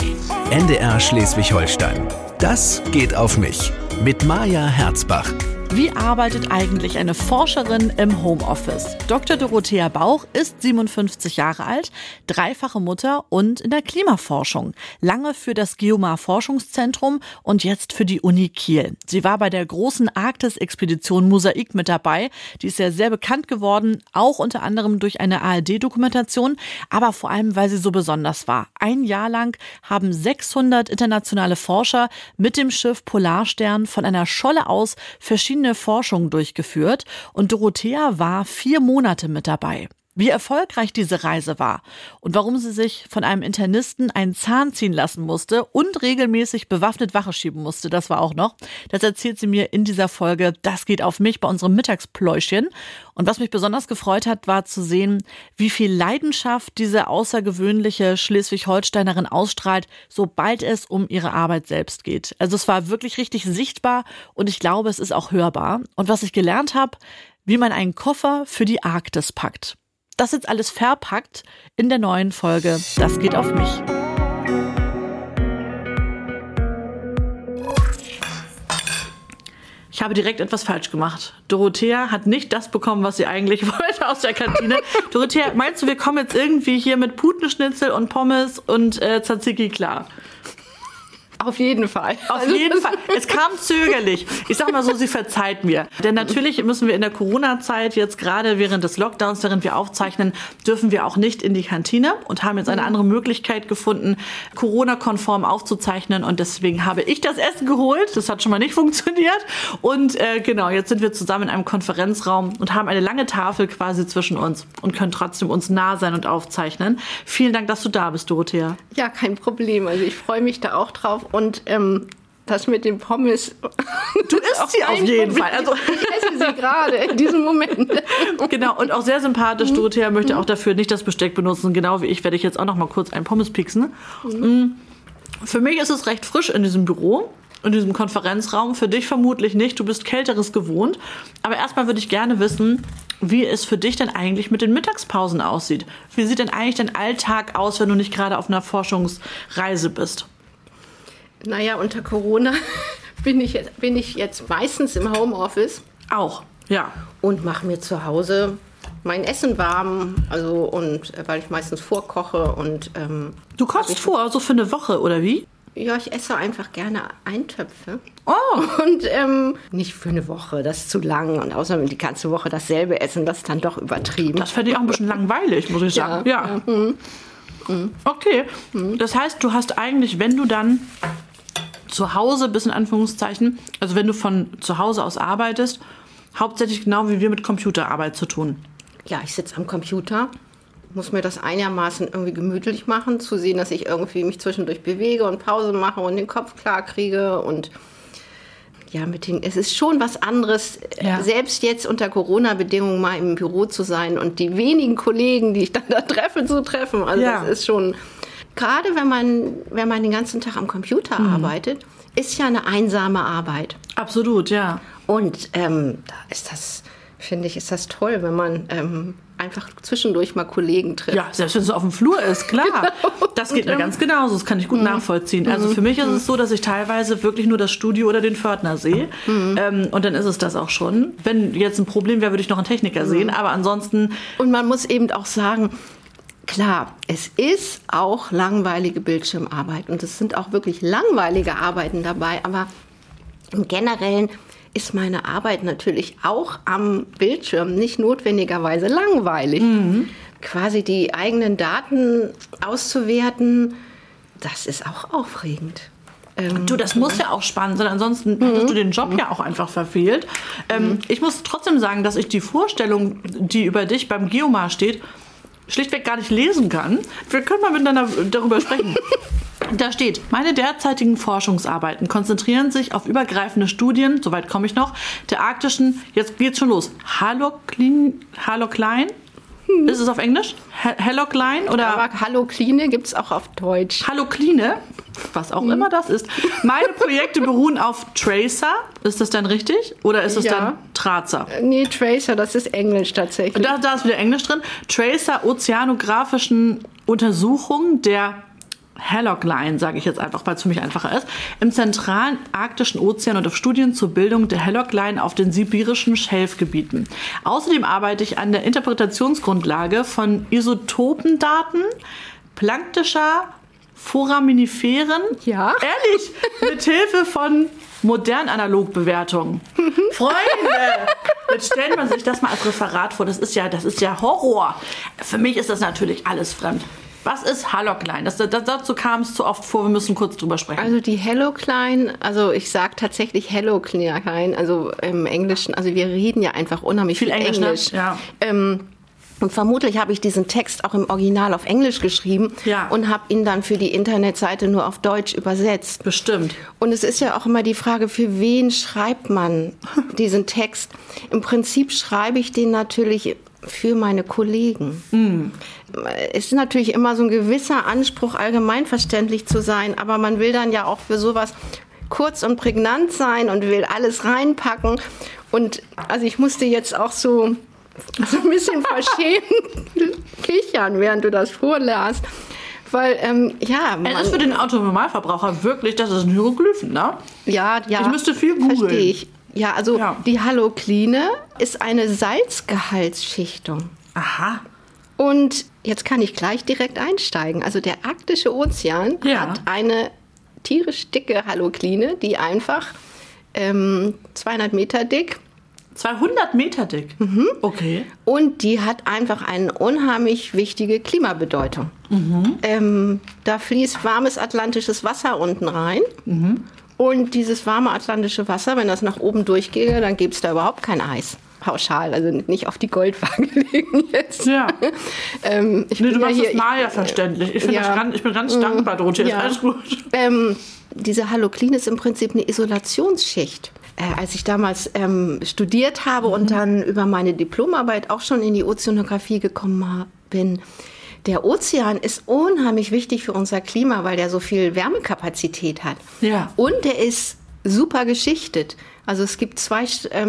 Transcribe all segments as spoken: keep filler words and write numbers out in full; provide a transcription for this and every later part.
N D R Schleswig-Holstein. Das geht auf mich. Mit Maja Herzbach. Wie arbeitet eigentlich eine Forscherin im Homeoffice? Doktor Dorothea Bauch ist siebenundfünfzig Jahre alt, dreifache Mutter und in der Klimaforschung. Lange für das Geomar-Forschungszentrum und jetzt für die Uni Kiel. Sie war bei der großen Arktis-Expedition Mosaik mit dabei. Die ist ja sehr bekannt geworden, auch unter anderem durch eine A R D-Dokumentation, aber vor allem, weil sie so besonders war. Ein Jahr lang haben sechshundert internationale Forscher mit dem Schiff Polarstern von einer Scholle aus verschiedene Forschungen durchgeführt und Dorothea war vier Monate mit dabei. Wie erfolgreich diese Reise war und warum sie sich von einem Internisten einen Zahn ziehen lassen musste und regelmäßig bewaffnet Wache schieben musste, das war auch noch. Das erzählt sie mir in dieser Folge Das geht auf mich bei unserem Mittagspläuschen. Und was mich besonders gefreut hat, war zu sehen, wie viel Leidenschaft diese außergewöhnliche Schleswig-Holsteinerin ausstrahlt, sobald es um ihre Arbeit selbst geht. Also es war wirklich richtig sichtbar und ich glaube, es ist auch hörbar. Und was ich gelernt habe, wie man einen Koffer für die Arktis packt. Das jetzt alles verpackt in der neuen Folge Das geht auf mich. Ich habe direkt etwas falsch gemacht. Dorothea hat nicht das bekommen, was sie eigentlich wollte aus der Kantine. Dorothea, meinst du, wir kommen jetzt irgendwie hier mit Putenschnitzel und Pommes und äh, Tzatziki klar? Auf jeden Fall. Auf jeden Fall. Es kam zögerlich. Ich sag mal so, sie verzeiht mir. Denn natürlich müssen wir in der Corona-Zeit, jetzt gerade während des Lockdowns, während wir aufzeichnen, dürfen wir auch nicht in die Kantine und haben jetzt eine andere Möglichkeit gefunden, Corona-konform aufzuzeichnen. Und deswegen habe ich das Essen geholt. Das hat schon mal nicht funktioniert. Und äh, genau, jetzt sind wir zusammen in einem Konferenzraum und haben eine lange Tafel quasi zwischen uns und können trotzdem uns nah sein und aufzeichnen. Vielen Dank, dass du da bist, Dorothea. Ja, kein Problem. Also ich freue mich da auch drauf. Und ähm, das mit den Pommes. Du isst sie auf jeden Fall. Also ich esse sie gerade in diesem Moment. Genau, und auch sehr sympathisch. Dorothea möchte auch dafür nicht das Besteck benutzen. Genau wie ich werde ich jetzt auch noch mal kurz einen Pommes pieksen. Mhm. Für mich ist es recht frisch in diesem Büro, in diesem Konferenzraum. Für dich vermutlich nicht. Du bist Kälteres gewohnt. Aber erstmal würde ich gerne wissen, wie es für dich denn eigentlich mit den Mittagspausen aussieht. Wie sieht denn eigentlich dein Alltag aus, wenn du nicht gerade auf einer Forschungsreise bist? Naja, unter Corona bin ich, jetzt, bin ich jetzt meistens im Homeoffice. Auch, ja. Und mache mir zu Hause mein Essen warm, also und weil ich meistens vorkoche und ähm, du kochst vor, so für eine Woche oder wie? Ja, ich esse einfach gerne Eintöpfe. Oh. Und ähm, nicht für eine Woche, das ist zu lang. Und außerdem die ganze Woche dasselbe essen, das ist dann doch übertrieben. Das fände ich auch ein bisschen langweilig, muss ich sagen. Ja. ja. ja. Mhm. Okay, das heißt, du hast eigentlich, wenn du dann zu Hause bist, in Anführungszeichen, also wenn du von zu Hause aus arbeitest, hauptsächlich genau wie wir mit Computerarbeit zu tun. Ja, ich sitze am Computer, muss mir das einigermaßen irgendwie gemütlich machen, zu sehen, dass ich irgendwie mich zwischendurch bewege und Pause mache und den Kopf klar kriege und ja, mit den, es ist schon was anderes, ja. Selbst jetzt unter Corona-Bedingungen mal im Büro zu sein und die wenigen Kollegen, die ich dann da treffe, zu treffen. Also ja. Das ist schon, gerade wenn man, wenn man den ganzen Tag am Computer mhm. arbeitet, ist ja eine einsame Arbeit. Absolut, ja. Und ähm, da ist das, finde ich, ist das toll, wenn man ähm, einfach zwischendurch mal Kollegen trifft. Ja, selbst wenn es auf dem Flur ist, klar. Genau. Das geht mir ganz genauso, das kann ich gut mhm. nachvollziehen. Also für mich ist es so, dass ich teilweise wirklich nur das Studio oder den Pförtner sehe. Mhm. Ähm, und dann ist es das auch schon. Wenn jetzt ein Problem wäre, würde ich noch einen Techniker mhm. sehen. Aber ansonsten... Und man muss eben auch sagen, klar, es ist auch langweilige Bildschirmarbeit. Und es sind auch wirklich langweilige Arbeiten dabei. Aber im Generellen ist meine Arbeit natürlich auch am Bildschirm nicht notwendigerweise langweilig. Mhm. Quasi die eigenen Daten auszuwerten, das ist auch aufregend. Ähm, du, das muss ja auch spannend sein, ansonsten hättest mhm. du den Job ja auch einfach verfehlt. Ähm, mhm. Ich muss trotzdem sagen, dass ich die Vorstellung, die über dich beim Geomar steht, schlichtweg gar nicht lesen kann. Wir können mal miteinander darüber sprechen. Da steht, meine derzeitigen Forschungsarbeiten konzentrieren sich auf übergreifende Studien, soweit komme ich noch, der arktischen, jetzt geht's schon los, Halocline, Halocline? Hm. Ist es auf Englisch? Halocline? Oder? Aber Halocline gibt es auch auf Deutsch. Halocline? Was auch hm. immer das ist. Meine Projekte beruhen auf Tracer. Ist das dann richtig? Oder ist es ja. dann Tracer? Nee, Tracer, das ist Englisch tatsächlich. Da, da ist wieder Englisch drin. Tracer ozeanografischen Untersuchungen der Hallock Line, sage ich jetzt einfach, weil es für mich einfacher ist, im zentralen arktischen Ozean und auf Studien zur Bildung der Hallock Line auf den sibirischen Schelfgebieten. Außerdem arbeite ich an der Interpretationsgrundlage von Isotopendaten planktischer Foraminiferen. Ja. Ehrlich, mit Hilfe von modernen Analogbewertungen. Freunde, jetzt stellt man sich das mal als Referat vor. Das ist ja, das ist ja Horror. Für mich ist das natürlich alles fremd. Was ist Hallock Line? Das, das, dazu kam es zu oft vor, wir müssen kurz drüber sprechen. Also die Hallock Line, also ich sage tatsächlich Hallock Line, also im Englischen, also wir reden ja einfach unheimlich viel, viel Englisch. Englisch. Ne? Ja. Ähm, und vermutlich habe ich diesen Text auch im Original auf Englisch geschrieben ja. und habe ihn dann für die Internetseite nur auf Deutsch übersetzt. Bestimmt. Und es ist ja auch immer die Frage, für wen schreibt man diesen Text? Im Prinzip schreibe ich den natürlich für meine Kollegen. Mm. Es ist natürlich immer so ein gewisser Anspruch, allgemeinverständlich zu sein, aber man will dann ja auch für sowas kurz und prägnant sein und will alles reinpacken. Und also ich musste jetzt auch so, so ein bisschen verschämt kichern, während du das vorlasst. Weil, ähm, ja... Man, es ist für den Autonormalverbraucher wirklich, das ist ein Hieroglyphen, ne? Ja, ja. Ich müsste viel googeln. Verstehe ich. Ja, also ja. die Halokline ist eine Salzgehaltsschichtung. Aha. Und jetzt kann ich gleich direkt einsteigen. Also der arktische Ozean ja. hat eine tierisch dicke Halokline, die einfach ähm, zweihundert Meter dick. zweihundert Meter dick? Mhm. Okay. Und die hat einfach eine unheimlich wichtige Klimabedeutung. Mhm. Ähm, da fließt warmes atlantisches Wasser unten rein. Mhm. Und dieses warme atlantische Wasser, wenn das nach oben durchgehe, dann gibt es da überhaupt kein Eis. Pauschal, also nicht auf die Goldwaage legen jetzt. Ja. ähm, ich nee, bin du machst ja das mal ja verständlich. Ich, ja. das ganz, ich bin ganz dankbar, Dorothea. Ja. Ist alles gut. Ähm, diese Halokline ist im Prinzip eine Isolationsschicht. Äh, als ich damals ähm, studiert habe mhm. und dann über meine Diplomarbeit auch schon in die Ozeanographie gekommen bin, der Ozean ist unheimlich wichtig für unser Klima, weil der so viel Wärmekapazität hat. Ja. Und der ist super geschichtet. Also es gibt zwei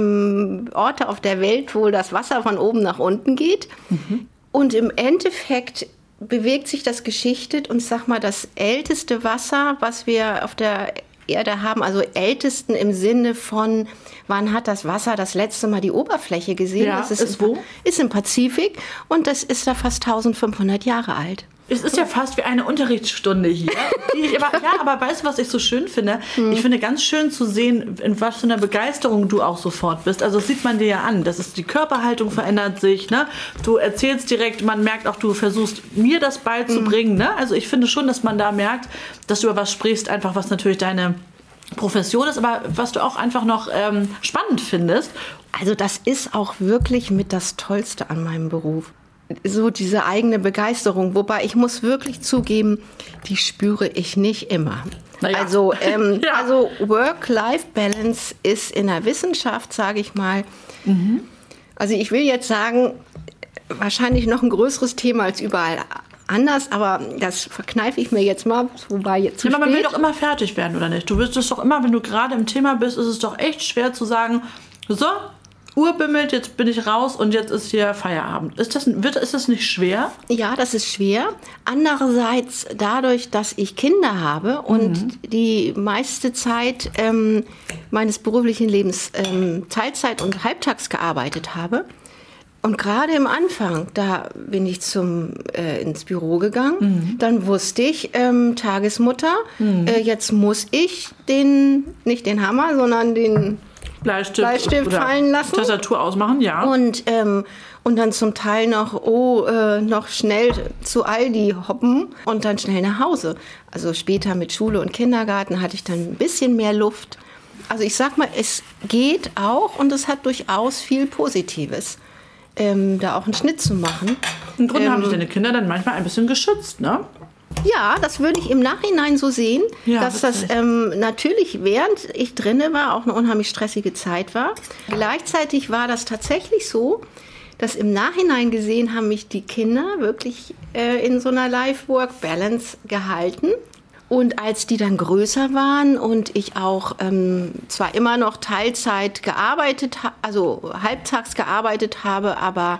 ähm, Orte auf der Welt, wo das Wasser von oben nach unten geht. Mhm. Und im Endeffekt bewegt sich das geschichtet. Und ich sag mal, das älteste Wasser, was wir auf der Erde haben, also ältesten im Sinne von, wann hat das Wasser das letzte Mal die Oberfläche gesehen? Ja, das ist, ist wo? Ist im Pazifik und das ist da fast eintausendfünfhundert Jahre alt. Es ist ja fast wie eine Unterrichtsstunde hier. Die ich aber, ja, aber weißt du, was ich so schön finde? Hm. Ich finde ganz schön zu sehen, in was für einer Begeisterung du auch sofort bist. Also das sieht man dir ja an. Das ist, die Körperhaltung verändert sich. Ne? Du erzählst direkt, man merkt auch, du versuchst mir das beizubringen. Hm. Ne? Also ich finde schon, dass man da merkt, dass du über was sprichst, einfach was natürlich deine Profession ist, aber was du auch einfach noch ähm, spannend findest. Also das ist auch wirklich mit das Tollste an meinem Beruf. So diese eigene Begeisterung, wobei ich muss wirklich zugeben, die spüre ich nicht immer. Naja. Also, ähm, ja. also Work-Life-Balance ist in der Wissenschaft, sage ich mal, mhm. also ich will jetzt sagen, wahrscheinlich noch ein größeres Thema als überall anders, aber das verkneife ich mir jetzt mal, wobei jetzt zu ja, aber man spät. will doch immer fertig werden, oder nicht? Du wirst es doch immer, wenn du gerade im Thema bist, ist es doch echt schwer zu sagen, so, Uhr bimmelt, jetzt bin ich raus und jetzt ist hier Feierabend. Ist das, wird, ist das nicht schwer? Ja, das ist schwer. Andererseits dadurch, dass ich Kinder habe und mhm. die meiste Zeit ähm, meines beruflichen Lebens ähm, Teilzeit und halbtags gearbeitet habe. Und gerade im Anfang, da bin ich zum, äh, ins Büro gegangen. Mhm. Dann wusste ich, ähm, Tagesmutter, mhm. äh, jetzt muss ich den, nicht den Hammer, sondern den Bleistift, Bleistift fallen lassen. Tastatur ausmachen, ja. Und, ähm, und dann zum Teil noch, oh, äh, noch schnell zu Aldi hoppen und dann schnell nach Hause. Also später mit Schule und Kindergarten hatte ich dann ein bisschen mehr Luft. Also ich sag mal, es geht auch und es hat durchaus viel Positives, ähm, da auch einen Schnitt zu machen. Im Grunde ähm, haben dich deine Kinder dann manchmal ein bisschen geschützt, ne? Ja, das würde ich im Nachhinein so sehen, ja, dass das ähm, natürlich, während ich drinne war, auch eine unheimlich stressige Zeit war. Gleichzeitig war das tatsächlich so, dass im Nachhinein gesehen haben mich die Kinder wirklich äh, in so einer Life-Work-Balance gehalten. Und als die dann größer waren und ich auch ähm, zwar immer noch Teilzeit gearbeitet, ha- also halbtags gearbeitet habe, aber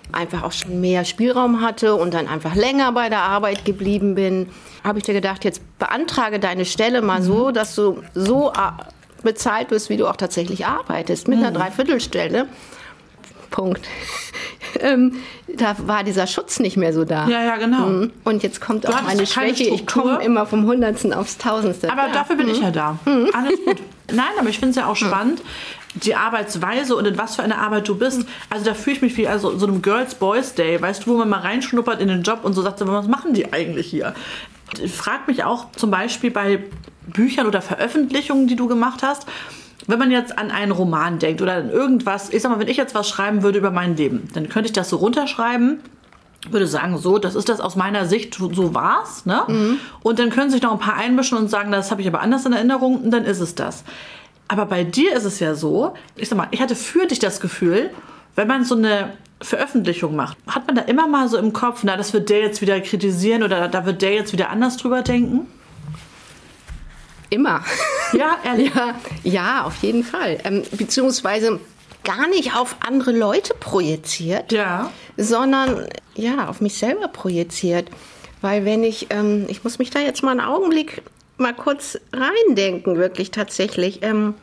einfach auch schon mehr Spielraum hatte und dann einfach länger bei der Arbeit geblieben bin, habe ich dir gedacht, jetzt beantrage deine Stelle mal mhm. so, dass du so bezahlt wirst, wie du auch tatsächlich arbeitest, mit mhm. einer Dreiviertelstelle. Punkt. ähm, da war dieser Schutz nicht mehr so da. Ja, ja, genau. Und jetzt kommt auch meine Schwäche. Ich komme immer vom Hundertsten aufs Tausendste. Aber ja. dafür bin mhm. ich ja da. Mhm. Alles gut. Nein, aber ich finde es ja auch spannend, die Arbeitsweise und in was für eine Arbeit du bist. Also da fühle ich mich wie also so einem Girls-Boys-Day, weißt du, wo man mal reinschnuppert in den Job und so sagt, was machen die eigentlich hier? Ich frage mich auch zum Beispiel bei Büchern oder Veröffentlichungen, die du gemacht hast, wenn man jetzt an einen Roman denkt oder an irgendwas, ich sag mal, wenn ich jetzt was schreiben würde über mein Leben, dann könnte ich das so runterschreiben, würde sagen, so, das ist das aus meiner Sicht, so war's, ne? Mhm. Und dann können sich noch ein paar einmischen und sagen, das habe ich aber anders in Erinnerung und dann ist es das. Aber bei dir ist es ja so, ich sag mal, ich hatte für dich das Gefühl, wenn man so eine Veröffentlichung macht, hat man da immer mal so im Kopf, na, das wird der jetzt wieder kritisieren oder da wird der jetzt wieder anders drüber denken? Immer. Ja, ehrlich? Ja, ja, auf jeden Fall. Ähm, beziehungsweise gar nicht auf andere Leute projiziert, ja. sondern ja, auf mich selber projiziert. Weil wenn ich, ähm, ich muss mich da jetzt mal einen Augenblick mal kurz reindenken, wirklich tatsächlich. Ähm,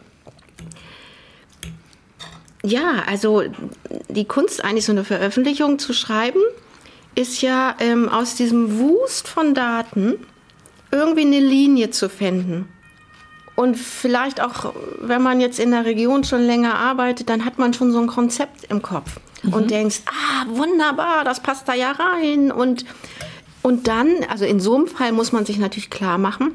ja, also die Kunst, eigentlich so eine Veröffentlichung zu schreiben, ist ja ähm, aus diesem Wust von Daten irgendwie eine Linie zu finden. Und vielleicht auch, wenn man jetzt in der Region schon länger arbeitet, dann hat man schon so ein Konzept im Kopf. Mhm. Und denkst, ah, wunderbar, das passt da ja rein. Und, und dann, also in so einem Fall muss man sich natürlich klar machen,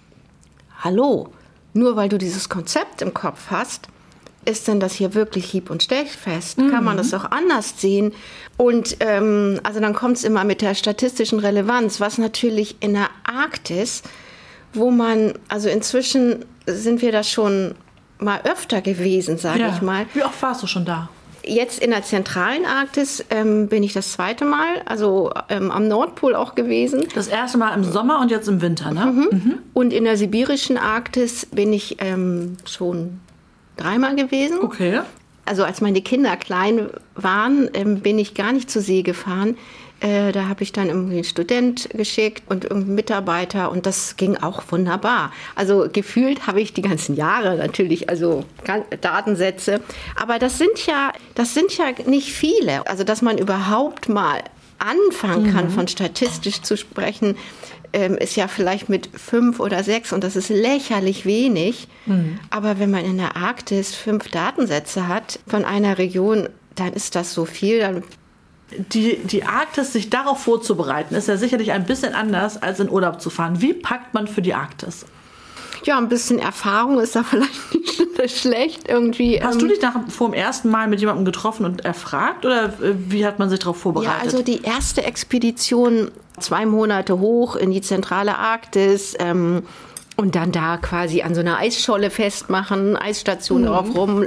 hallo, nur weil du dieses Konzept im Kopf hast, ist denn das hier wirklich hieb- und stechfest? Mhm. Kann man das auch anders sehen? Und ähm, also dann kommt es immer mit der statistischen Relevanz, was natürlich in der Arktis, wo man, also inzwischen sind wir da schon mal öfter gewesen, sage ja. ich mal. Wie oft warst du schon da? Jetzt in der zentralen Arktis ähm, bin ich das zweite Mal, also ähm, am Nordpol auch gewesen. Das erste Mal im Sommer und jetzt im Winter, ne? Mhm. Mhm. Und in der sibirischen Arktis bin ich ähm, schon dreimal gewesen. Okay. Also als meine Kinder klein waren, ähm, bin ich gar nicht zur See gefahren. Äh, da habe ich dann irgendwie einen Student geschickt und irgendeinen Mitarbeiter und das ging auch wunderbar. Also gefühlt habe ich die ganzen Jahre natürlich, also Datensätze. Aber das sind ja, das sind ja nicht viele. Also dass man überhaupt mal anfangen kann, mhm. von statistisch zu sprechen, ähm, ist ja vielleicht mit fünf oder sechs und das ist lächerlich wenig. Mhm. Aber wenn man in der Arktis fünf Datensätze hat von einer Region, dann ist das so viel. Dann Die, die Arktis, sich darauf vorzubereiten, ist ja sicherlich ein bisschen anders, als in Urlaub zu fahren. Wie packt man für die Arktis? Ja, ein bisschen Erfahrung ist da vielleicht nicht schlecht irgendwie. Hast du dich nach, vor dem ersten Mal mit jemandem getroffen und erfragt oder wie hat man sich darauf vorbereitet? Ja, also die erste Expedition, zwei Monate hoch in die zentrale Arktis ähm, und dann da quasi an so einer Eisscholle festmachen, Eisstation mhm. drauf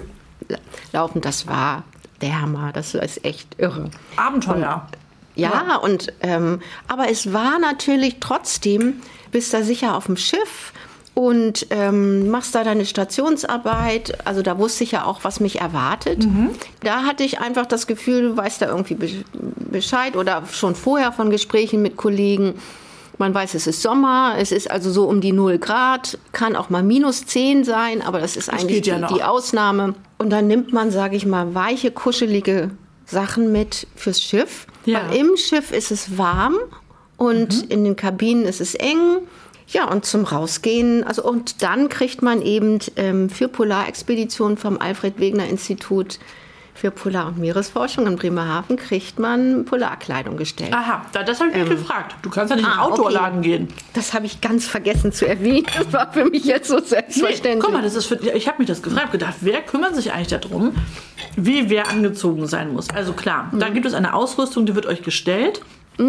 rumlaufen, das war der Hammer, das ist echt irre. Abenteuer. Und, ja, ja, und ähm, aber es war natürlich trotzdem, bist da sicher auf dem Schiff und ähm, machst da deine Stationsarbeit. Also da wusste ich ja auch, was mich erwartet. Mhm. Da hatte ich einfach das Gefühl, du weißt da irgendwie Bescheid oder schon vorher von Gesprächen mit Kollegen. Man weiß, es ist Sommer, es ist also so um die null Grad, kann auch mal minus zehn sein, aber das ist das eigentlich ja die, die Ausnahme. Und dann nimmt man, sage ich mal, weiche, kuschelige Sachen mit fürs Schiff. Ja. Weil im Schiff ist es warm und mhm. in den Kabinen ist es eng. Ja, und zum Rausgehen, also und dann kriegt man eben ähm, für Polarexpeditionen vom Alfred-Wegener-Institut für Polar- und Meeresforschung in Bremerhaven kriegt man Polarkleidung gestellt. Aha, das habe ich mich ähm, gefragt. Du kannst ja nicht ah, in den Outdoor-Laden okay. gehen. Das habe ich ganz vergessen zu erwähnen. Das war für mich jetzt so selbstverständlich. Nee, guck mal, das ist für, ich habe mich das gefragt, gedacht, wer kümmert sich eigentlich darum, wie wer angezogen sein muss? Also klar, mhm. da gibt es eine Ausrüstung, die wird euch gestellt.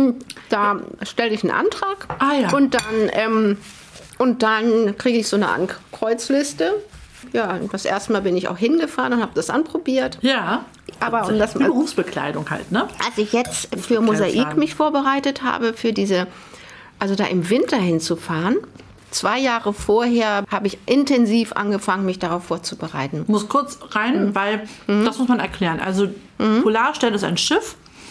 Da stelle ich einen Antrag ah, ja. und dann, ähm, und dann kriege ich so eine Ankreuzliste. Ja, das erste Mal bin ich auch hingefahren und habe das anprobiert. Ja, aber um das die Berufsbekleidung halt, ne? Als ich jetzt für Mosaik mich vorbereitet habe, für diese, also da im Winter hinzufahren, zwei Jahre vorher habe ich intensiv angefangen, mich darauf vorzubereiten. Ich muss kurz rein, mhm. weil mhm. das muss man erklären. Also mhm. Polarstern ist ein Schiff,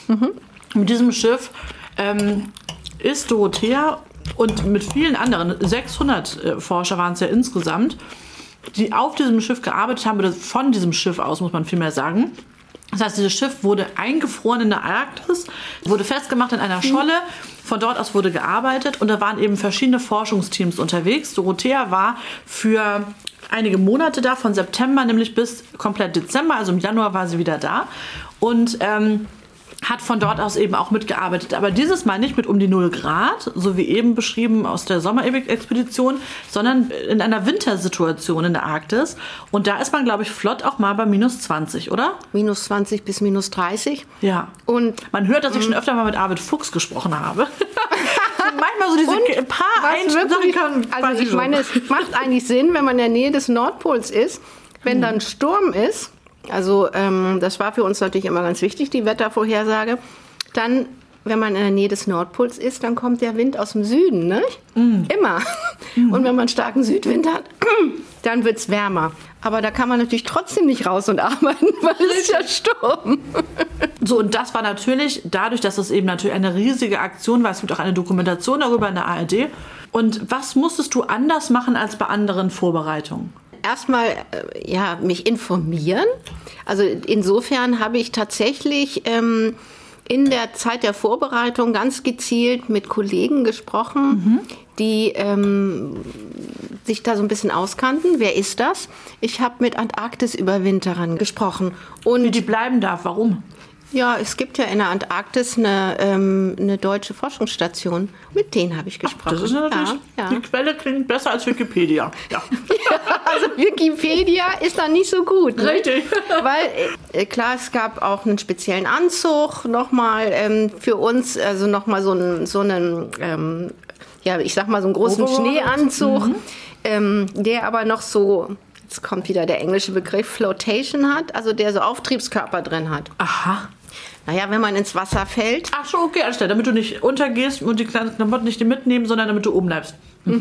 Mhm. Mit diesem Schiff ähm, ist Dorothea und mit vielen anderen, sechshundert äh, Forscher waren es ja insgesamt, die auf diesem Schiff gearbeitet haben, oder von diesem Schiff aus, muss man vielmehr sagen. Das heißt, dieses Schiff wurde eingefroren in der Arktis, wurde festgemacht in einer Scholle. Von dort aus wurde gearbeitet und da waren eben verschiedene Forschungsteams unterwegs. Dorothea war für einige Monate da, von September nämlich bis komplett Dezember, also im Januar war sie wieder da. Und ähm, hat von dort aus eben auch mitgearbeitet. Aber dieses Mal nicht mit um die null Grad, so wie eben beschrieben aus der Sommerexpedition, sondern in einer Wintersituation in der Arktis. Und da ist man, glaube ich, flott auch mal bei minus zwanzig, oder? minus zwanzig bis minus dreißig. Ja. Und man hört, dass ich schon öfter mal mit Arvid Fuchs gesprochen habe. Manchmal so diese und ein paar wirklich, Also ich meine, es macht eigentlich Sinn, wenn man in der Nähe des Nordpols ist, wenn hm. dann Sturm ist. Also ähm, das war für uns natürlich immer ganz wichtig, die Wettervorhersage. Dann, wenn man in der Nähe des Nordpols ist, dann kommt der Wind aus dem Süden, ne? Mm. Immer. Mm. Und wenn man starken Südwind hat, dann wird es wärmer. Aber da kann man natürlich trotzdem nicht raus und arbeiten, weil es ist ja Sturm. So, und das war natürlich, dadurch, dass es eben natürlich eine riesige Aktion war, es gibt auch eine Dokumentation darüber in der A R D. Und was musstest du anders machen als bei anderen Vorbereitungen? Erstmal ja, mich informieren. Also insofern habe ich tatsächlich ähm, in der Zeit der Vorbereitung ganz gezielt mit Kollegen gesprochen, mhm. die ähm, sich da so ein bisschen auskannten. Wer ist das? Ich habe mit Antarktis-Überwinterern gesprochen. Und wie die bleiben darf, warum? Ja, es gibt ja in der Antarktis eine, ähm, eine deutsche Forschungsstation. Mit denen habe ich gesprochen. Ach, das ist natürlich, ja, ja. Die Quelle klingt besser als Wikipedia. Ja. Ja, also Wikipedia ist dann nicht so gut. Ne? Richtig. Weil, äh, klar, es gab auch einen speziellen Anzug nochmal ähm, für uns, also nochmal so einen, so einen ähm, ja, ich sag mal so einen großen Overall. Schneeanzug, mhm. ähm, der aber noch so... Jetzt kommt wieder der englische Begriff Flotation hat, also der so Auftriebskörper drin hat. Aha. Naja, wenn man ins Wasser fällt. Ach schon, okay, alles klar. Damit du nicht untergehst und die kleinen Klamotten nicht mitnehmen, sondern damit du oben bleibst.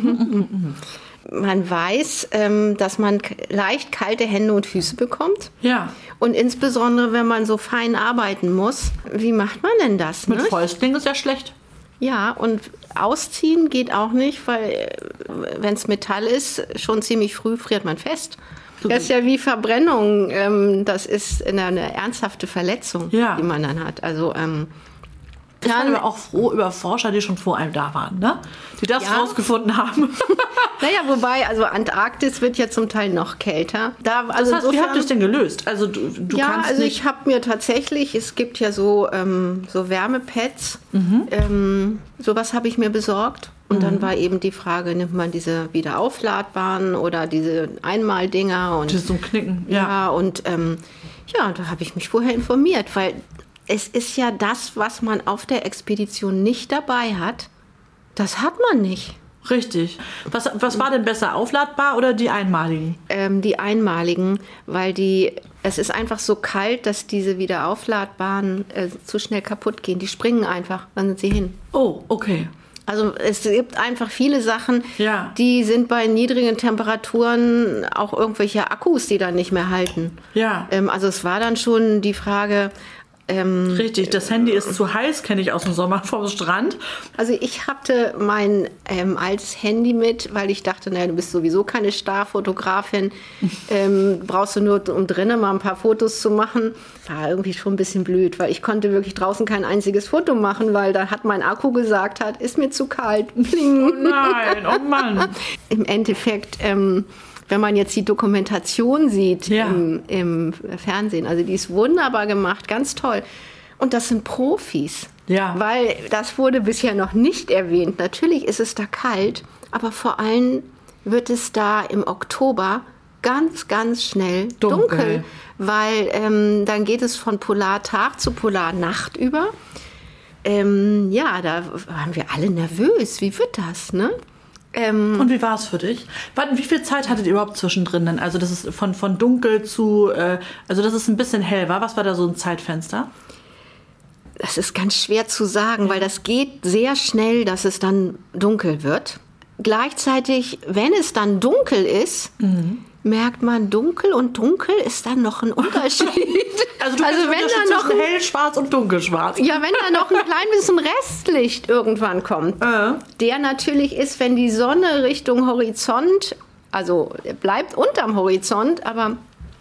Mhm. Man weiß, ähm, dass man leicht kalte Hände und Füße bekommt. Ja. Und insbesondere, wenn man so fein arbeiten muss. Wie macht man denn das? Mit ne? Fäustlingen ist ja schlecht. Ja, und ausziehen geht auch nicht, weil wenn es Metall ist, schon ziemlich früh friert man fest. Das ist ja wie Verbrennung. Ähm, das ist eine, eine ernsthafte Verletzung, ja. die man dann hat. Also ähm, ich bin aber auch froh über Forscher, die schon vor einem da waren, ne? Die das ja. rausgefunden haben. Naja, wobei, also Antarktis wird ja zum Teil noch kälter. Da, also das heißt, insofern, wie habt ihr es denn gelöst? Also du, du ja, kannst also nicht ich habe mir tatsächlich, es gibt ja so, ähm, so Wärmepads, mhm. ähm, sowas habe ich mir besorgt. Und mhm. dann war eben die Frage, nimmt man diese wieder aufladbaren oder diese Einmaldinger? Und das zum Knicken, ja. Ja, und ähm, ja, da habe ich mich vorher informiert, weil es ist ja das, was man auf der Expedition nicht dabei hat, das hat man nicht. Richtig. Was, was war denn besser, aufladbar oder die einmaligen? Ähm, die einmaligen, weil die, es ist einfach so kalt, dass diese wieder aufladbaren äh, zu schnell kaputt gehen. Die springen einfach, dann sind sie hin. Oh, okay. Also es gibt einfach viele Sachen, ja. die sind bei niedrigen Temperaturen auch irgendwelche Akkus, die dann nicht mehr halten. Ja. Ähm, also es war dann schon die Frage... Ähm, Richtig, das Handy ist zu heiß, kenne ich aus dem Sommer vom Strand. Also ich hatte mein ähm, altes Handy mit, weil ich dachte, naja, du bist sowieso keine Starfotografin, ähm, brauchst du nur, um drinnen mal ein paar Fotos zu machen. War irgendwie schon ein bisschen blöd, weil ich konnte wirklich draußen kein einziges Foto machen, weil da hat mein Akku gesagt, hat, ist mir zu kalt. Pling. Oh nein, oh Mann. Im Endeffekt... Ähm, wenn man jetzt die Dokumentation sieht ja. im, im Fernsehen, also die ist wunderbar gemacht, ganz toll. Und das sind Profis, ja. weil das wurde bisher noch nicht erwähnt. Natürlich ist es da kalt, aber vor allem wird es da im Oktober ganz, ganz schnell dunkel, dunkel weil ähm, dann geht es von Polartag zu Polarnacht über. Ähm, ja, da waren wir alle nervös. Wie wird das, ne? Ähm, Und wie war es für dich? Warte, wie viel Zeit hattet ihr überhaupt zwischendrin denn? Also das ist von, von dunkel zu, äh, also das ist ein bisschen hell war. Was war da so ein Zeitfenster? Das ist ganz schwer zu sagen, weil das geht sehr schnell, dass es dann dunkel wird. Gleichzeitig, wenn es dann dunkel ist, mhm. merkt man, dunkel und dunkel ist dann noch ein Unterschied. Also, du also wenn da noch ein hellschwarz und dunkelschwarz. Ja, wenn da noch ein klein bisschen Restlicht irgendwann kommt, äh. der natürlich ist, wenn die Sonne Richtung Horizont, also bleibt unterm Horizont, aber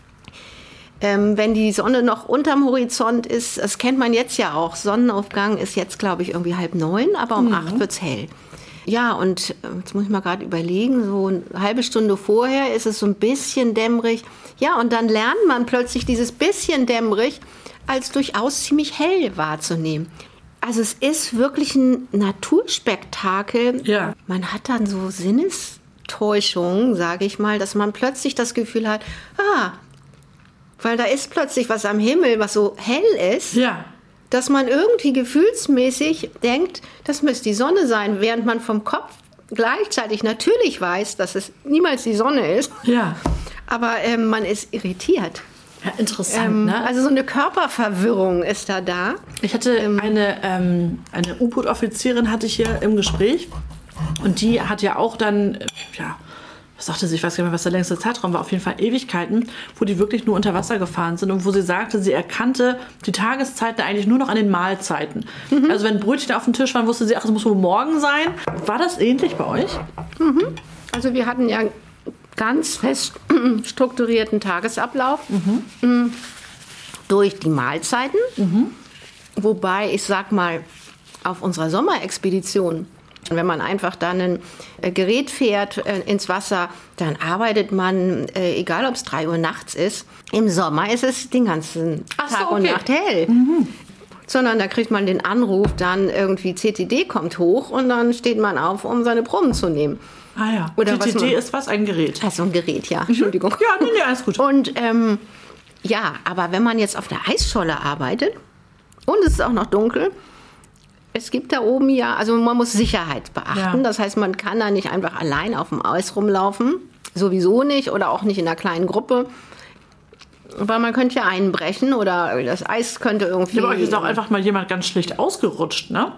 ähm, wenn die Sonne noch unterm Horizont ist, das kennt man jetzt ja auch, Sonnenaufgang ist jetzt, glaube ich, irgendwie halb neun, aber um mhm. acht wird's hell. Ja, und jetzt muss ich mal gerade überlegen, so eine halbe Stunde vorher ist es so ein bisschen dämmerig. Ja, und dann lernt man plötzlich dieses bisschen dämmerig als durchaus ziemlich hell wahrzunehmen. Also es ist wirklich ein Naturspektakel. Ja. Man hat dann so Sinnestäuschungen, sage ich mal, dass man plötzlich das Gefühl hat, ah, weil da ist plötzlich was am Himmel, was so hell ist. Ja. Dass man irgendwie gefühlsmäßig denkt, das müsste die Sonne sein, während man vom Kopf gleichzeitig natürlich weiß, dass es niemals die Sonne ist. Ja. Aber ähm, man ist irritiert. Ja, interessant, ähm, ne? Also so eine Körperverwirrung ist da da. Ich hatte ähm, eine, ähm, eine U-Boot-Offizierin hatte ich hier im Gespräch und die hat ja auch dann, äh, ja, was sagte sie, ich weiß gar nicht mehr, was der längste Zeitraum war, auf jeden Fall Ewigkeiten, wo die wirklich nur unter Wasser gefahren sind und wo sie sagte, sie erkannte die Tageszeiten eigentlich nur noch an den Mahlzeiten. Mhm. Also wenn Brötchen auf dem Tisch waren, wusste sie, ach, das muss wohl morgen sein. War das ähnlich bei euch? Mhm. Also wir hatten ja ganz fest strukturierten Tagesablauf mhm. durch die Mahlzeiten. Mhm. Wobei, ich sag mal, auf unserer Sommerexpedition, wenn man einfach dann ein äh, Gerät fährt äh, ins Wasser, dann arbeitet man, äh, egal ob es drei Uhr nachts ist. Im Sommer ist es den ganzen Ach so, Tag okay. und Nacht hell. Mhm. Sondern da kriegt man den Anruf, dann irgendwie C T D kommt hoch und dann steht man auf, um seine Proben zu nehmen. Ah ja, Oder C T D was ist was? Ein Gerät? Also ein Gerät, ja. Mhm. Entschuldigung. Ja, nee, nee, alles gut. Und ähm, ja, aber wenn man jetzt auf der Eisscholle arbeitet und es ist auch noch dunkel, es gibt da oben ja, also man muss Sicherheit beachten. Ja. Das heißt, man kann da nicht einfach allein auf dem Eis rumlaufen. Sowieso nicht oder auch nicht in einer kleinen Gruppe. Weil man könnte ja einbrechen oder das Eis könnte irgendwie... Ja, bei euch ist auch einfach mal jemand ganz schlicht ausgerutscht, ne?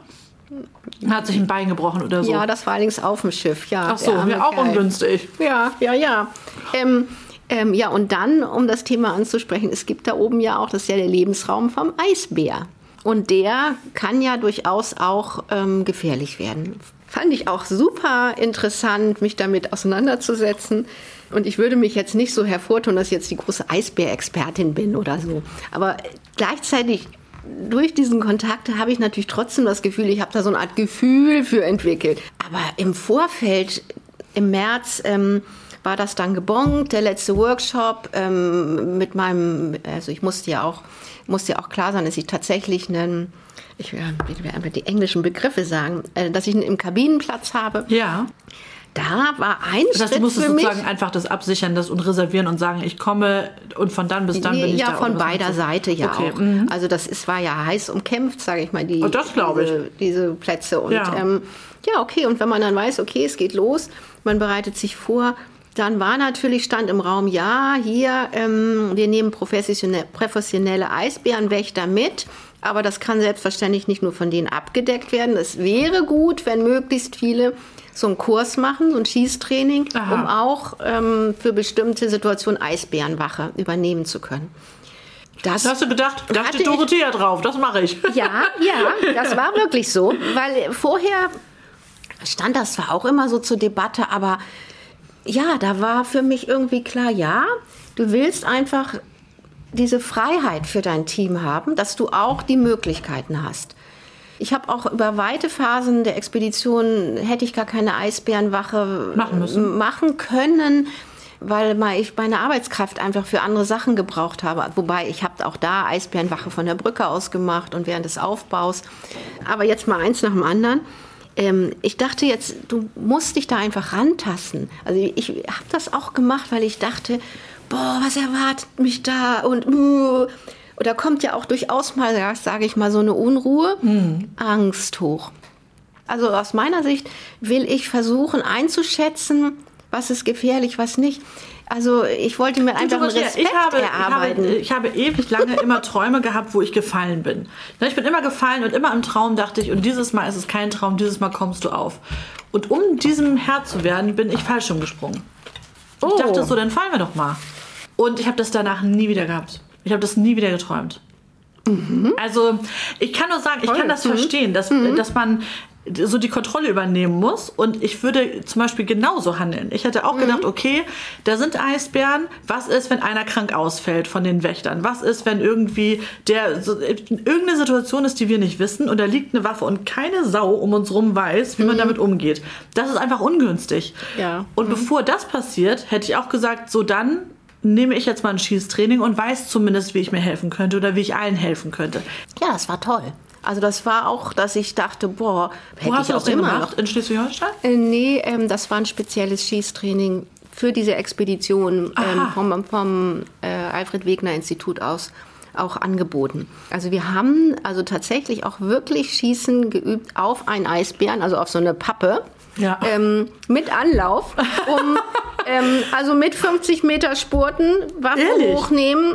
Hat sich ein Bein gebrochen oder so. Ja, das war allerdings auf dem Schiff, ja. Ach so, ja, auch ungünstig. Ja, ja, ja. Ähm, ähm, ja, und dann, um das Thema anzusprechen, es gibt da oben ja auch, das ist ja der Lebensraum vom Eisbär. Und der kann ja durchaus auch ähm, gefährlich werden. Fand ich auch super interessant, mich damit auseinanderzusetzen. Und ich würde mich jetzt nicht so hervortun, dass ich jetzt die große Eisbär-Expertin bin oder so. Aber gleichzeitig durch diesen Kontakt habe ich natürlich trotzdem das Gefühl, ich habe da so eine Art Gefühl für entwickelt. Aber im Vorfeld, im März, ähm, war das dann gebongt, der letzte Workshop ähm, mit meinem, also ich musste ja auch, musste ja auch klar sein, dass ich tatsächlich einen, ich will einfach die englischen Begriffe sagen, äh, dass ich einen im Kabinenplatz habe. Ja. Da war ein das heißt, Schritt du musstest für mich. sozusagen einfach das absichern das und reservieren und sagen, ich komme und von dann bis dann bin ich ja, da. Ja, von beider Seite ja okay. auch. Mhm. Also das ist, war ja heiß umkämpft, sage ich mal, die, oh, das glaube ich. Diese, diese Plätze. Und ja. Ähm, ja, okay, und wenn man dann weiß, okay, es geht los, man bereitet sich vor, dann war natürlich, stand im Raum, ja, hier, ähm, wir nehmen professionelle, professionelle Eisbärenwächter mit, aber das kann selbstverständlich nicht nur von denen abgedeckt werden. Es wäre gut, wenn möglichst viele so einen Kurs machen, so ein Schießtraining, Aha. um auch ähm, für bestimmte Situationen Eisbärenwache übernehmen zu können. Das hast du gedacht, da steht Dorothea ich, drauf, das mache ich. Ja, ja, das war wirklich so, weil vorher stand das zwar auch immer so zur Debatte, aber ja, da war für mich irgendwie klar, ja, du willst einfach diese Freiheit für dein Team haben, dass du auch die Möglichkeiten hast. Ich habe auch über weite Phasen der Expedition, hätte ich gar keine Eisbärenwache machen, müssen. machen können, weil ich meine Arbeitskraft einfach für andere Sachen gebraucht habe. Wobei, ich habe auch da Eisbärenwache von der Brücke aus gemacht und während des Aufbaus. Aber jetzt mal eins nach dem anderen. Ähm, ich dachte jetzt, du musst dich da einfach rantasten. Also ich habe das auch gemacht, weil ich dachte, boah, was erwartet mich da? Und uh, da kommt ja auch durchaus mal, ja, sage ich mal, so eine Unruhe, mhm. Angst hoch. Also aus meiner Sicht will ich versuchen einzuschätzen, was ist gefährlich, was nicht. Also ich wollte mir einfach einen Respekt ich habe, erarbeiten. Ich habe, ich habe ewig lange immer Träume gehabt, wo ich gefallen bin. Ich bin immer gefallen und immer im Traum dachte ich, und dieses Mal ist es kein Traum, dieses Mal kommst du auf. Und um diesem Herr zu werden, bin ich Fallschirm gesprungen. Ich Oh. dachte so, dann fahren wir doch mal. Und ich habe das danach nie wieder gehabt. Ich habe das nie wieder geträumt. Mhm. Also ich kann nur sagen, ich Toll. kann das Mhm. verstehen, dass, Mhm. dass man so die Kontrolle übernehmen muss. Und ich würde zum Beispiel genauso handeln. Ich hätte auch Mhm. gedacht, okay, da sind Eisbären. Was ist, wenn einer krank ausfällt von den Wächtern? Was ist, wenn irgendwie der so, irgendeine Situation ist, die wir nicht wissen und da liegt eine Waffe und keine Sau um uns rum weiß, wie man damit umgeht? Das ist einfach ungünstig. Ja. Und bevor das passiert, hätte ich auch gesagt, so dann nehme ich jetzt mal ein Schießtraining und weiß zumindest, wie ich mir helfen könnte oder wie ich allen helfen könnte. Ja, das war toll. Also das war auch, dass ich dachte, boah, hätte Wo hast ich du das auch denn immer gemacht? noch. In Schleswig-Holstein? Äh, nee, ähm, das war ein spezielles Schießtraining für diese Expedition ähm, Aha. vom, vom äh, Alfred-Wegener-Institut aus auch angeboten. Also wir haben also tatsächlich auch wirklich Schießen geübt auf einen Eisbären, also auf so eine Pappe. Ja. Ähm, mit Anlauf, um, ähm, also mit fünfzig Meter Spurten, Waffe Ehrlich? hochnehmen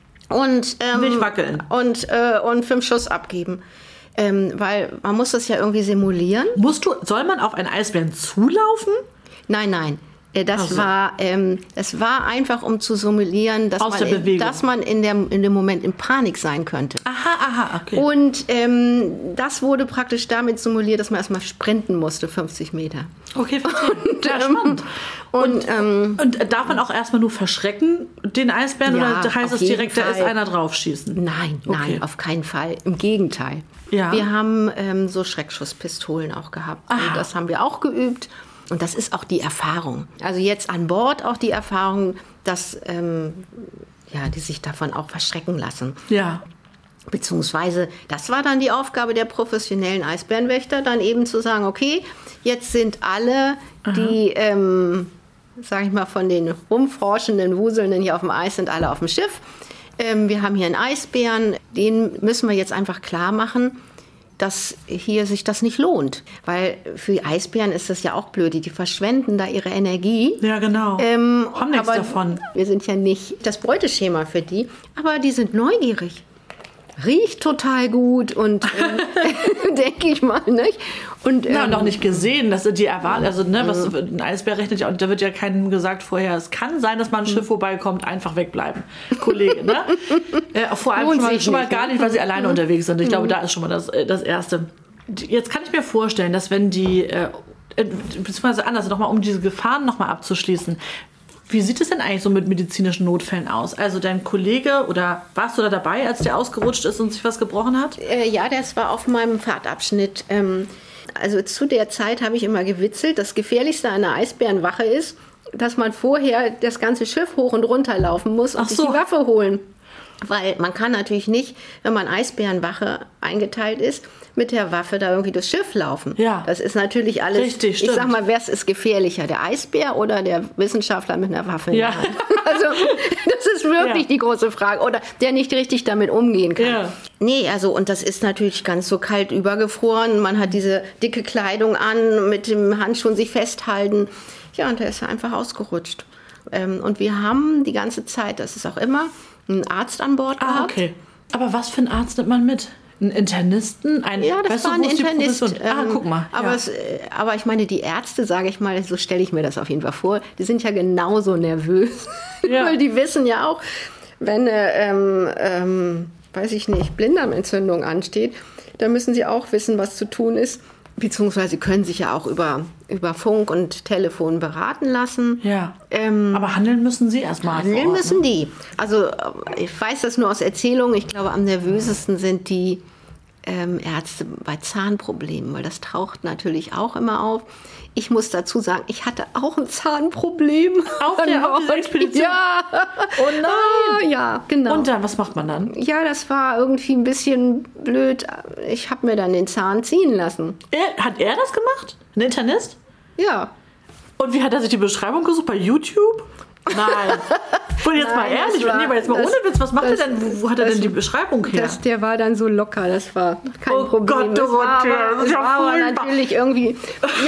und, ähm, Nicht wackeln. und, äh, und fünf Schuss abgeben. Ähm, weil man muss das ja irgendwie simulieren. Musst du, soll man auf einen Eisbären zulaufen? Nein, nein. Äh, Das, Ach so. war, ähm, das war einfach, um zu simulieren, dass, Aus man, der in, Bewegung. dass man in, der, in dem Moment in Panik sein könnte. Aha, aha, okay. Und ähm, das wurde praktisch damit simuliert, dass man erstmal sprinten musste, fünfzig Meter. Okay, verstehe. Ja, ähm, spannend. Und, ähm, Und darf man auch erstmal nur verschrecken, den Eisbären, Ja, oder heißt auf es jeden direkt, da ist Fall. einer draufschießen? nein, Okay. nein, auf keinen Fall. Im Gegenteil. Ja. Wir haben ähm, so Schreckschusspistolen auch gehabt. Aha. Und das haben wir auch geübt. Und das ist auch die Erfahrung. Also jetzt an Bord auch die Erfahrung, dass ähm, ja, die sich davon auch verschrecken lassen. Ja. Beziehungsweise, das war dann die Aufgabe der professionellen Eisbärenwächter, dann eben zu sagen, okay, jetzt sind alle, die, ähm, sag ich mal, von den rumforschenden Wuselnden hier auf dem Eis, sind alle auf dem Schiff. Ähm, wir haben hier einen Eisbären, den müssen wir jetzt einfach klar machen, dass hier sich das nicht lohnt. Weil für die Eisbären ist das ja auch blöd, die, die verschwenden da ihre Energie. Ja, genau. Ähm, Haben nichts aber davon. Wir sind ja nicht das Beuteschema für die, aber die sind neugierig. Riecht total gut und ähm, denke ich mal, nicht? Und, Na, ähm, noch nicht gesehen, dass die erwarten, also ne, was, ein Eisbär rechnet ja, und da wird ja keinem gesagt vorher, es kann sein, dass mal ein Schiff vorbeikommt, einfach wegbleiben, Kollege, ne? äh, vor allem Lohnt schon mal, sich schon mal nicht, gar ne? nicht, weil sie alleine unterwegs sind. Ich glaube, da ist schon mal das, äh, das Erste. Jetzt kann ich mir vorstellen, dass wenn die, äh, äh, beziehungsweise anders, nochmal um diese Gefahren nochmal abzuschließen, wie sieht es denn eigentlich so mit medizinischen Notfällen aus? Also dein Kollege, oder warst du da dabei, als der ausgerutscht ist und sich was gebrochen hat? Äh, ja, das war auf meinem Fahrtabschnitt. Ähm, also zu der Zeit habe ich immer gewitzelt, das Gefährlichste an einer Eisbärenwache ist, dass man vorher das ganze Schiff hoch und runter laufen muss und Ach sich so. die Waffe holen. Weil man kann natürlich nicht, wenn man Eisbärenwache eingeteilt ist, mit der Waffe da irgendwie durchs Schiff laufen. Ja. Das ist natürlich alles, Richtig, ich stimmt. sag mal, wer ist gefährlicher, der Eisbär oder der Wissenschaftler mit einer Waffe in Ja. der Hand? Also das ist wirklich Ja. die große Frage. Oder der nicht richtig damit umgehen kann. Ja. Nee, also und das ist natürlich ganz so kalt übergefroren. Man hat diese dicke Kleidung an, mit dem Handschuhen sich festhalten. Ja, und der ist einfach ausgerutscht. Ähm, und wir haben die ganze Zeit, das ist auch immer, einen Arzt an Bord Ah, gehabt. okay. Aber was für einen Arzt nimmt man mit? Einen Internisten? Ein, Ja, das weißt war du, ein wo ist die Internist. Profession? Ah, ähm, guck mal. Aber, ja. es, äh, aber ich meine, die Ärzte, sage ich mal, so stelle ich mir das auf jeden Fall vor, die sind ja genauso nervös. Ja. Weil die wissen ja auch, wenn eine, ähm, ähm, weiß ich nicht, Blinddarmentzündung ansteht, dann müssen sie auch wissen, was zu tun ist. Beziehungsweise können sich ja auch über, über Funk und Telefon beraten lassen. Ja. Ähm, Aber handeln müssen sie erstmal. vor Handeln Ort, müssen ne? die. Also ich weiß das nur aus Erzählungen. Ich glaube, am nervösesten sind die ähm, Ärzte bei Zahnproblemen, weil das taucht natürlich auch immer auf. Ich muss dazu sagen, ich hatte auch ein Zahnproblem. Auf der- auf dieser Expedition? Ja. Oh nein! Ah, ja, genau. Und dann, was macht man dann? ja, das war irgendwie ein bisschen blöd. Ich habe mir dann den Zahn ziehen lassen. Er, hat er das gemacht? Ein Internist? Ja. Und wie hat er sich die Beschreibung gesucht? Bei YouTube? Nein. Und jetzt mal Nein, das ehrlich, war- nee, aber jetzt mal das- ohne Witz, was macht das- er denn? Wo, wo hat er das- denn die Beschreibung her? Das, der war dann so locker, das war kein Oh Problem. Gott, das war Dorothea, aber, das ist es ja war aber furchtbar. natürlich irgendwie,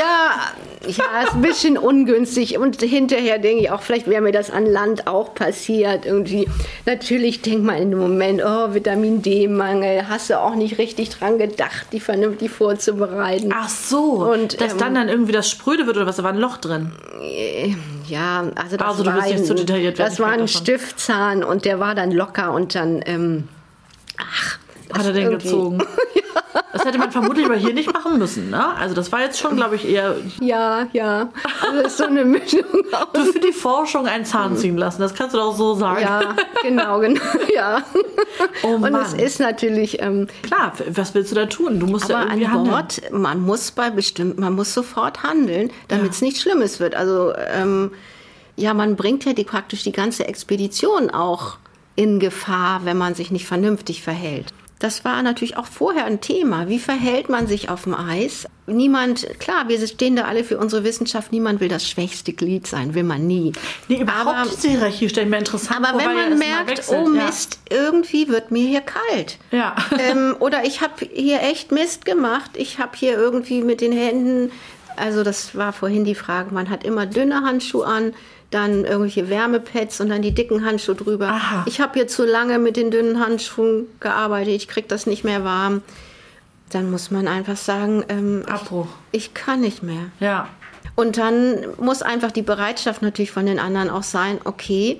ja, ja, ist ein bisschen ungünstig. Und hinterher denke ich auch, vielleicht wäre mir das an Land auch passiert. Irgendwie. Natürlich denkt man in dem Moment, oh, Vitamin D-Mangel, hast du auch nicht richtig dran gedacht, die vernünftig vorzubereiten. Ach so, Und, dass ähm, dann dann irgendwie das spröde wird oder was, da war ein Loch drin. Ja, also das Also du war willst nicht ein, zu detailliert werden, das war ich ein merke davon. Stiftzahn und der war dann locker und dann, ähm, ach, Hat er den irgendwie- gezogen? Das hätte man vermutlich aber hier nicht machen müssen, ne? Also das war jetzt schon, glaube ich, eher Ja, ja, also das ist so eine Mischung aus. du für die Forschung einen Zahn ziehen lassen. Das kannst du doch so sagen. Ja, genau, genau, ja. Oh Und Mann. es ist natürlich, ähm, Klar, was willst du da tun? Du musst ja aber irgendwie an handeln. Bord, man muss bei bestimmt, man muss sofort handeln, damit es nichts Schlimmes wird. Also ähm, ja, man bringt ja die, praktisch die ganze Expedition auch in Gefahr, wenn man sich nicht vernünftig verhält. Das war natürlich auch vorher ein Thema. Wie verhält man sich auf dem Eis? Niemand, klar, wir stehen da alle für unsere Wissenschaft, niemand will das schwächste Glied sein, will man nie. Nee, überhaupt Aber- diese Hierarchie stelle ich mir interessant Aber vor, wenn weil man es mal merkt, wechselt. oh Ja. Mist, irgendwie wird mir hier kalt. Ja. ähm, oder ich habe hier echt Mist gemacht. Ich habe hier irgendwie mit den Händen, also das war vorhin die Frage, man hat immer dünne Handschuhe an, dann irgendwelche Wärmepads und dann die dicken Handschuhe drüber. Aha. Ich habe hier zu lange mit den dünnen Handschuhen gearbeitet, ich kriege das nicht mehr warm. Dann muss man einfach sagen, ähm, Abbruch. ich, ich kann nicht mehr. Ja. Und dann muss einfach die Bereitschaft natürlich von den anderen auch sein, okay,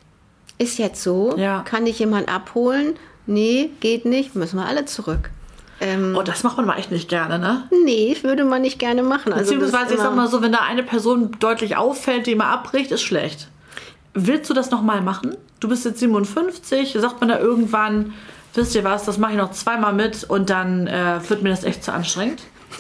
ist jetzt so, Ja. kann dich jemand abholen? Nee, geht nicht, müssen wir alle zurück. Ähm, Oh, das macht man aber echt nicht gerne, ne? nee, würde man nicht gerne machen. Also das Beziehungsweise, ich immer- sag mal so, wenn da eine Person deutlich auffällt, die immer abbricht, ist schlecht. Willst du das nochmal machen? Du bist jetzt siebenundfünfzig, sagt man da irgendwann, wisst ihr was, das mache ich noch zweimal mit und dann äh, wird mir das echt zu anstrengend?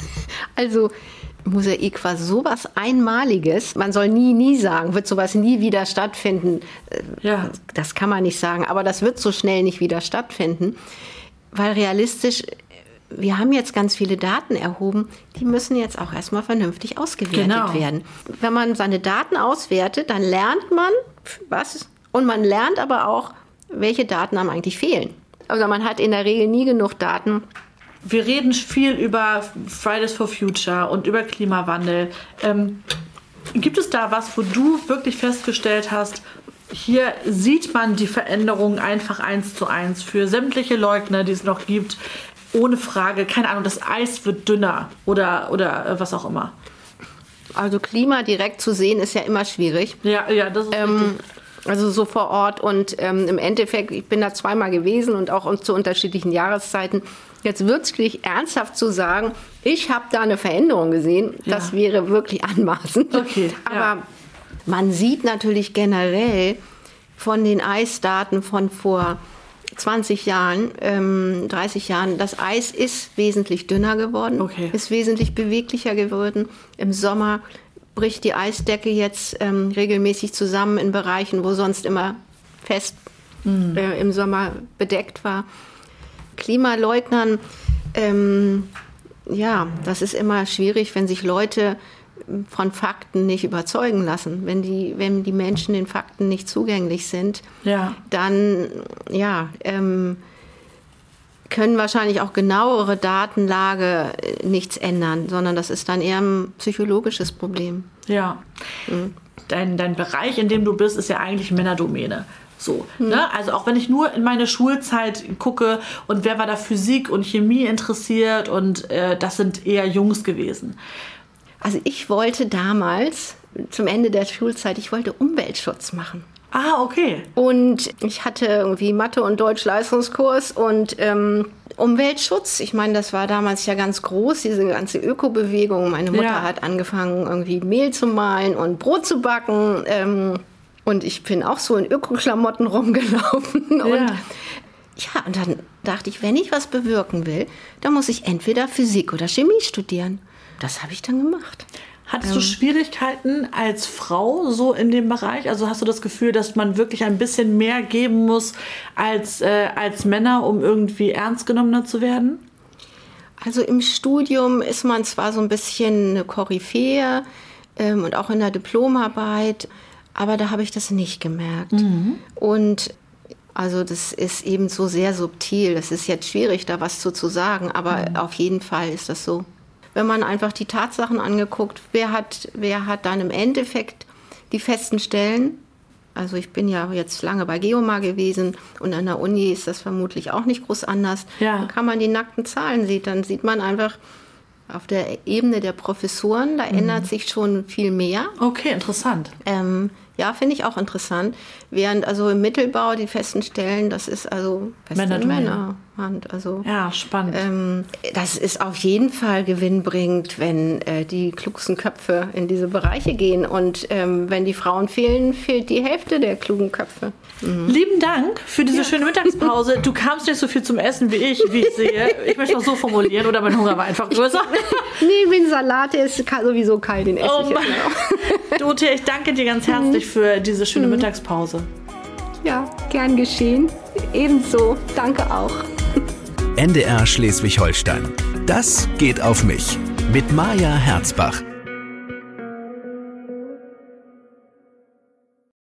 Also Mosaik war sowas Einmaliges. Man soll nie, nie sagen, wird sowas nie wieder stattfinden. Äh, Ja. Das kann man nicht sagen, aber das wird so schnell nicht wieder stattfinden. Weil realistisch, wir haben jetzt ganz viele Daten erhoben, die müssen jetzt auch erstmal vernünftig ausgewertet Genau. werden. Wenn man seine Daten auswertet, dann lernt man was und man lernt aber auch, welche Daten einem eigentlich fehlen. Also man hat in der Regel nie genug Daten. Wir reden viel über Fridays for Future und über Klimawandel. Ähm, gibt es da was, wo du wirklich festgestellt hast, hier sieht man die Veränderungen einfach eins zu eins für sämtliche Leugner, die es noch gibt, ohne Frage, keine Ahnung, das Eis wird dünner oder, oder äh, was auch immer. Also Klima direkt zu sehen ist ja immer schwierig. Ja, ja, das ist Ähm, richtig. also so vor Ort und ähm, im Endeffekt, ich bin da zweimal gewesen und auch zu unterschiedlichen Jahreszeiten. Jetzt wirklich ernsthaft zu sagen, ich habe da eine Veränderung gesehen, Ja. das wäre wirklich anmaßend. Okay, Aber ja. man sieht natürlich generell von den Eisdaten von vor zwanzig Jahren, ähm, dreißig Jahren, das Eis ist wesentlich dünner geworden, Okay. ist wesentlich beweglicher geworden. Im Sommer bricht die Eisdecke jetzt ähm, regelmäßig zusammen in Bereichen, wo sonst immer fest äh, im Sommer bedeckt war. Klimaleugnern, ähm, ja, das ist immer schwierig, wenn sich Leute von Fakten nicht überzeugen lassen. Wenn die, wenn die Menschen den Fakten nicht zugänglich sind, Ja. dann ja, ähm, können wahrscheinlich auch genauere Datenlage äh, nichts ändern, sondern das ist dann eher ein psychologisches Problem. Ja. Dein, dein Bereich, in dem du bist, ist ja eigentlich Männerdomäne. So, ne? Also auch wenn ich nur in meine Schulzeit gucke und wer war da Physik und Chemie interessiert und äh, das sind eher Jungs gewesen. Also ich wollte damals, zum Ende der Schulzeit, ich wollte Umweltschutz machen. Ah, okay. Und ich hatte irgendwie Mathe- und Deutsch-Leistungskurs und ähm, Umweltschutz. Ich meine, das war damals ja ganz groß, diese ganze Ökobewegung. Meine Mutter Ja. hat angefangen, irgendwie Mehl zu mahlen und Brot zu backen. Ähm, und ich bin auch so in Ökoklamotten rumgelaufen. Und Ja. ja, und dann dachte ich, wenn ich was bewirken will, dann muss ich entweder Physik oder Chemie studieren. Das habe ich dann gemacht. Hattest du Schwierigkeiten als Frau so in dem Bereich? Also hast du das Gefühl, dass man wirklich ein bisschen mehr geben muss als, äh, als Männer, um irgendwie ernst genommener zu werden? Also im Studium ist man zwar so ein bisschen eine Koryphäe ähm, und auch in der Diplomarbeit, aber da habe ich das nicht gemerkt. Und also das ist eben so sehr subtil. Das ist jetzt schwierig, da was zu, zu sagen, aber auf jeden Fall ist das so. Wenn man einfach die Tatsachen angeguckt, wer hat, wer hat dann im Endeffekt die festen Stellen? Also ich bin ja jetzt lange bei Geomar gewesen und an der Uni ist das vermutlich auch nicht groß anders. Ja. Dann kann man die nackten Zahlen sehen, dann sieht man einfach, Auf der Ebene der Professoren, da mhm. ändert sich schon viel mehr. Okay, interessant. Ähm, ja, finde ich auch interessant. Während also im Mittelbau die festen Stellen, das ist also feste Männerhand. Also, ja, spannend. Ähm, das ist auf jeden Fall gewinnbringend, wenn äh, die klugsten Köpfe in diese Bereiche gehen. Und ähm, wenn die Frauen fehlen, fehlt die Hälfte der klugen Köpfe. Mhm. Lieben Dank für diese ja. schöne Mittagspause. Du kamst nicht so viel zum Essen wie ich, wie ich sehe. Ich möchte es mal so formulieren, oder mein Hunger war einfach größer. Nee, den Salat, der ist sowieso kalt, den esse oh ich jetzt noch. Dorothea, ich danke dir ganz herzlich für diese schöne mhm. Mittagspause. Ja, gern geschehen. Ebenso. Danke auch. N D R Schleswig-Holstein. Das geht auf mich. Mit Maja Herzbach.